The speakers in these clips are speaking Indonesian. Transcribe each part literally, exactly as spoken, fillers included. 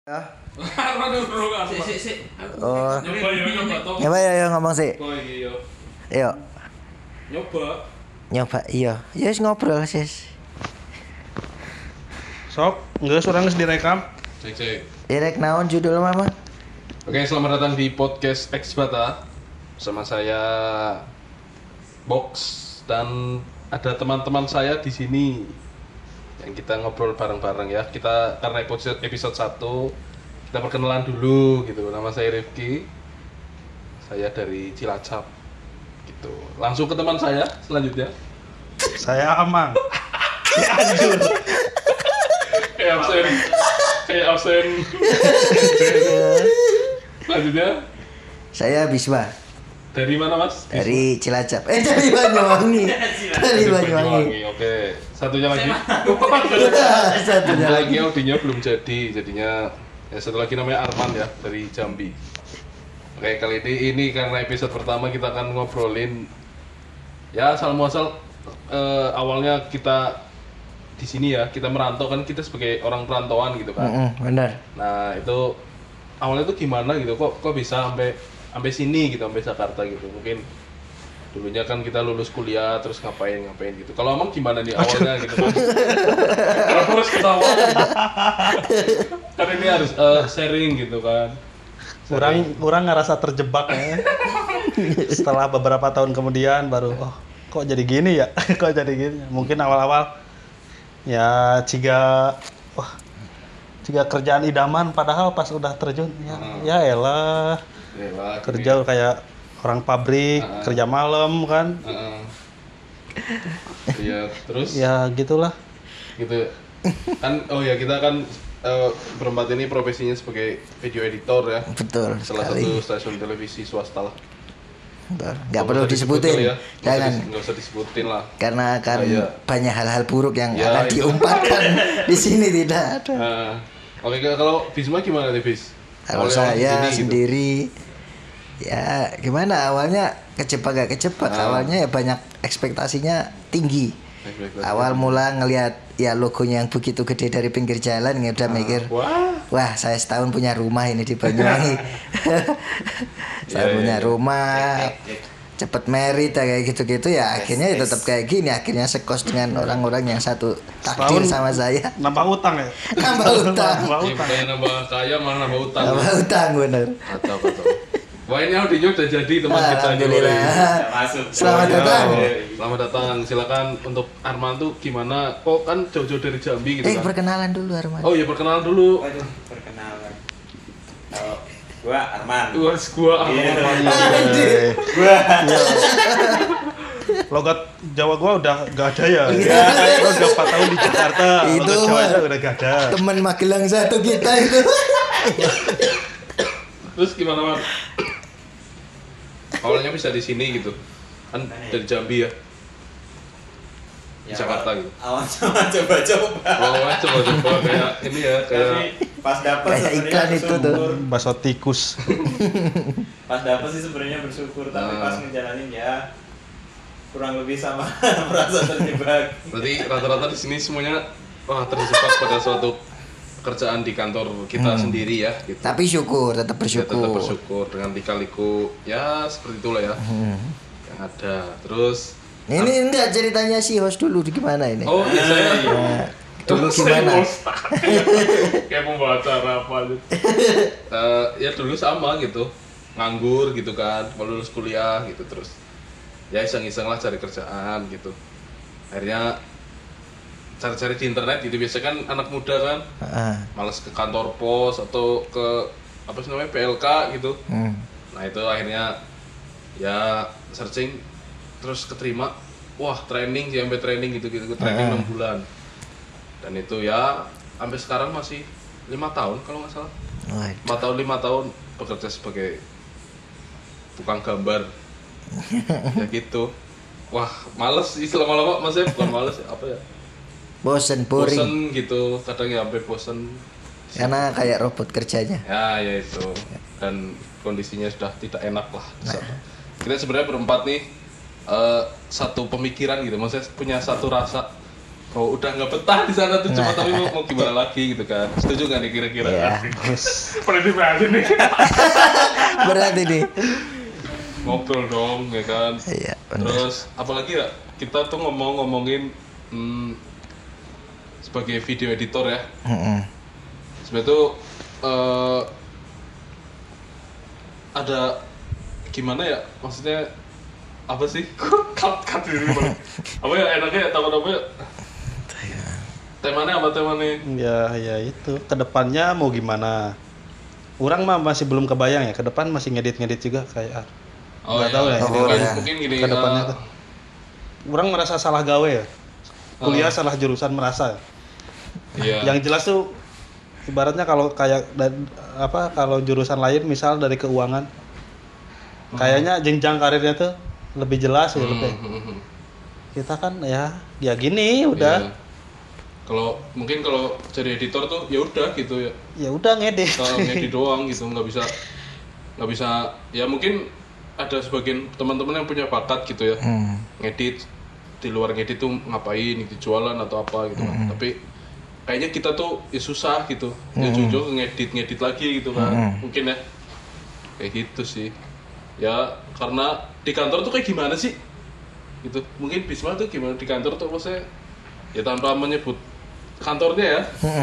Ya. Sik sik sik. Oh. Nyoba ya nyoba to. Nyoba ya, ya ngomong sih. Oh iki yo. Ayo. Nyoba. Nyoba iya. Ya wis ngobrol sis. Sok, enggak surang geus direkam. Cek cek. Direk naon judul mama? Oke, selamat datang di podcast X Bata. Bersama saya Box dan ada teman-teman saya di sini yang kita ngobrol bareng-bareng ya. Kita karena episode episode satu kita perkenalan dulu gitu. Nama saya Rifki. Saya dari Cilacap gitu. Langsung ke teman saya selanjutnya. Saya Amang. Anjur. Kayak absen. Kayak absen. Selanjutnya Saya Bisma dari mana Mas? dari Cilacap. Eh dari Banyuwangi. Dari Banyuwangi. Oke. Satunya lagi. Satunya Satu lagi. lagi audionya belum jadi, jadinya ya satu lagi namanya Arman ya dari Jambi. Oke, kali ini ini karena episode pertama kita akan ngobrolin ya asal muasal eh, awalnya kita di sini ya, kita merantau kan, kita sebagai orang perantauan gitu kan. Heeh, benar. Nah, itu awalnya tuh gimana gitu, kok kok bisa sampai sampai sini gitu, sampai Jakarta gitu. Mungkin dulunya kan kita lulus kuliah terus ngapain ngapain gitu. Kalau emang gimana nih awalnya gitu kan? Kalau harus ketawa. Gitu. Kan ini harus uh, sharing gitu kan. Kurang kurang ngerasa terjebak ya. Setelah beberapa tahun kemudian baru oh, kok jadi gini ya? Kok jadi gini? Mungkin awal-awal ya ciga wah ciga kerjaan idaman padahal pas udah terjun ya Hmm. ya elah Yalah, kerja kayak orang pabrik, Ah. kerja malam kan. Heeh. Iya, terus Ya gitulah. gitu kan. Oh ya, kita kan uh, berempat ini profesinya sebagai video editor ya. Betul Salah sekali. satu stasiun televisi swasta lah. Betul. Nggak Nggak perlu usah disebutin. kali ya. Nggak usah Jangan. dis- nggak usah disebutin lah. Karena akan Iya. banyak hal-hal buruk yang Ya, akan itu. diungkapkan di sini tidak ada. Nah, oke, kalau Bisma gimana nih, Bis? Kalau Awalnya saya gini, gitu. sendiri ya gimana awalnya kejebak gak kejebak Ah. awalnya ya banyak ekspektasinya tinggi. Ekspektasi. Awal mula ngelihat ya logonya yang begitu gede dari pinggir jalan ya udah mikir Wah, wah saya setahun punya rumah ini di Banyuwangi. Saya Iya, punya iya, iya. rumah cepet merit ya, kayak gitu-gitu ya akhirnya ya tetap kayak gini akhirnya sekos dengan orang-orang yang satu takdir Setahun sama saya. Nambah utang ya. Nambah utang. Nambah ini utang. bukannya nambah kaya malah nambah utang. Nambah utang bener. Kacau, kacau. Wah, ini audionya udah jadi teman kita. Alhamdulillah. Masuk. Selamat datang. Selamat datang. Silakan untuk Arman tuh gimana? Kok kan jauh-jauh dari Jambi gitu Eh kan? perkenalan dulu Arman. Oh iya, perkenalan dulu. Waduh, perkenalan. Kalau gua Arman. Gua gua Iya. Arman. Eh, Gua Logat Jawa gua udah gak ada ya. Iya. Gua udah empat tahun di Jakarta. Itu Logat Jawa mah. itu udah gak ada. Temen Magelang satu kita itu. Terus gimana, Man? Awalnya bisa di sini gitu. Kan dari Jambi ya. Di Jakarta gitu. Awal coba coba-coba. Awalnya coba-coba kayak ini ya, Tapi kayak pas dapet Kayak sebenarnya iklan itu tuh. bersyukur. Bakso tikus. Pas dapet sih sebenarnya bersyukur, tapi Nah. pas ngejalanin ya kurang lebih sama merasa terjebak. berarti rata-rata di sini semuanya wah terjebak pada suatu pekerjaan di kantor kita sendiri ya gitu. Tapi syukur, tetap Ya, tetap bersyukur. bersyukur dengan lika-liku ya seperti itulah ya Hmm. yang ada. Terus Ini enggak ceritanya si host dulu gimana ini? oh iya saya Nah, dulu Saya gimana? host. Kayak pembawa acara apa aja. Eh, ya dulu sama gitu, nganggur gitu kan, mau lulus kuliah gitu, terus ya iseng-iseng lah cari kerjaan gitu. Akhirnya cari-cari di internet gitu, biasa kan anak muda kan Ah, males ke kantor pos atau ke apa sih namanya P L K gitu. hmm. Nah itu akhirnya ya searching terus keterima. Wah training sih, sampai training gitu-gitu, training Ah. enam bulan. Dan itu ya sampai sekarang masih lima tahun kalau nggak salah. Waduh. Empat tahun lima tahun bekerja sebagai tukang gambar. Ya gitu. Wah males sih lama-lama, maksudnya bukan males ya, apa ya? Bosen, boring. Bosen gitu, kadang ya sampai bosen. Karena kayak robot kerjanya. Ya, ya itu. Dan kondisinya sudah tidak enak lah. di sana. Kita sebenarnya berempat nih eh, satu pemikiran gitu, maksudnya punya satu rasa oh udah nggak betah di sana tuh cuma Nah. tapi mau, mau gimana lagi gitu kan. Setuju nggak nih kira-kira? Iya. Berarti berarti nih. Berat ini. Ngobrol dong ya kan. Iya, benar. Terus apalagi ya kita tuh ngomong-ngomongin hmm, sebagai video editor ya. Mm-mm. Sebenarnya tuh eh, ada gimana ya maksudnya apa sih? cut cut ini bang. Apa ya enaknya tahu apa ya? Temanya apa temanya? Ya, ya itu. Kedepannya mau gimana? Orang mah masih belum kebayang ya. Ke depan masih ngedit-ngedit juga kayak. Oh, Nggak iya. tahu ya. Oh, mungkin, iya. mungkin gini. Ke depannya eh, tuh. Orang merasa salah gawe ya. Kuliah Oh. salah jurusan merasa. Iya. Yang jelas tuh ibaratnya kalau kayak dan apa kalau jurusan lain misal dari keuangan kayaknya jenjang karirnya tuh lebih jelas ya Hmm, lebih. hmm, hmm. Kita kan ya ya gini udah Iya. Kalau mungkin kalau jadi editor tuh ya udah gitu ya. ya udah ngedit. Kalau ngedit doang gitu nggak bisa nggak bisa ya mungkin ada sebagian teman-teman yang punya bakat gitu ya Hmm. ngedit di luar ngedit tuh ngapain gitu jualan atau apa gitu kan tapi kayaknya kita tuh ya susah gitu ya ujung-ujung ngedit ngedit lagi gitu kan mungkin ya kayak gitu sih ya karena di kantor tuh kayak gimana sih gitu mungkin Bisma tuh gimana di kantor tuh maksudnya ya tanpa menyebut kantornya ya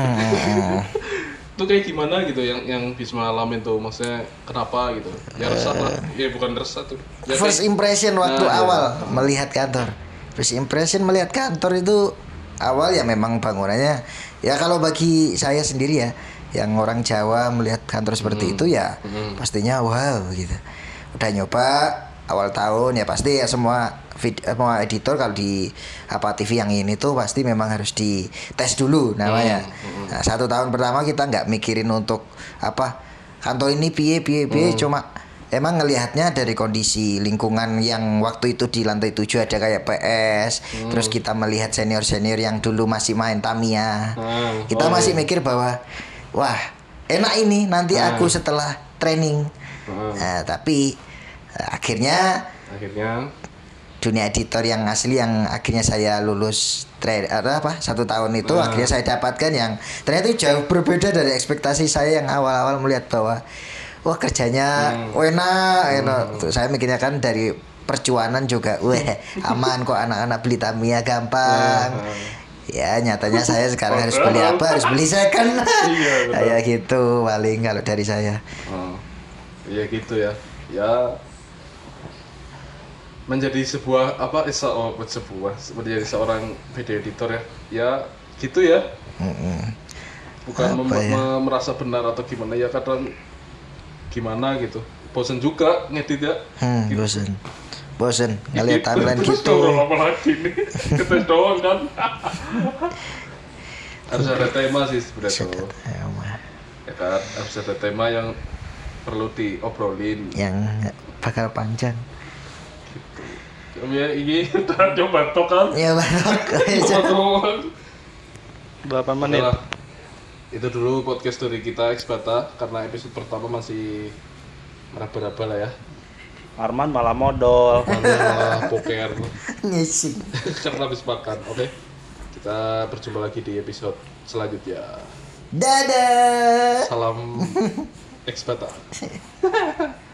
tuh kayak gimana gitu yang yang Bisma alamin tuh maksudnya kenapa gitu ya resah lah ya bukan resah tuh ya, First kayak- impression waktu Nah, iya. awal melihat kantor. First impression melihat kantor itu awal ya memang bangunannya ya kalau bagi saya sendiri ya yang orang Jawa melihat kantor seperti itu ya pastinya wow gitu. Udah nyoba awal tahun ya pasti ya semua vid- semua editor kalau di apa T V yang ini tuh pasti memang harus dites dulu namanya. Nah, satu tahun pertama kita nggak mikirin untuk apa kantor ini piye piye piye cuma emang ngelihatnya dari kondisi lingkungan yang waktu itu di lantai tujuh ada kayak P S terus kita melihat senior-senior yang dulu masih main Tamiya Hmm, kita oh, masih iya. mikir bahwa wah enak ini nanti Hmm. aku setelah training. Hmm. Nah, tapi eh, akhirnya akhirnya dunia editor yang asli yang akhirnya saya lulus tra- apa apa satu tahun itu Nah. akhirnya saya dapatkan yang ternyata itu jauh berbeda dari ekspektasi saya yang awal-awal melihat bahwa wah kerjanya Hmm. enak enak Tuh, saya mikirnya kan dari percuanan juga wah aman kok anak-anak beli Tamiya gampang. Ya nyatanya saya sekarang harus beli apa harus beli second. Iya, betul. Kayak gitu paling kalau dari saya. oh, ya gitu ya ya menjadi sebuah apa eh, se- oh, sebuah menjadi seorang video editor ya ya gitu ya Mm-mm. bukan mem- Apa ya? me- merasa benar atau gimana ya kadang gimana gitu bosen juga ngedit ya Hmm, Gitu. bosen. Bosen ngeliat Gitu. timeline Terus gitu. doang apa lagi nih kita doang kan harus ada tema sih sebenarnya tuh Ya, mah. ya kan harus ada tema yang perlu diobrolin Yang bakal panjang. ya ini udah coba tok kan Ya barok. Coba doang. Berapa menit? Udah lah. Itu dulu podcast dari kita Xbata karena episode pertama masih meraba-raba lah ya. Arman malah modal. Mana poker Ngising. karena habis makan. Oke. Kita berjumpa lagi di episode selanjutnya. Dadah. Salam Xbata.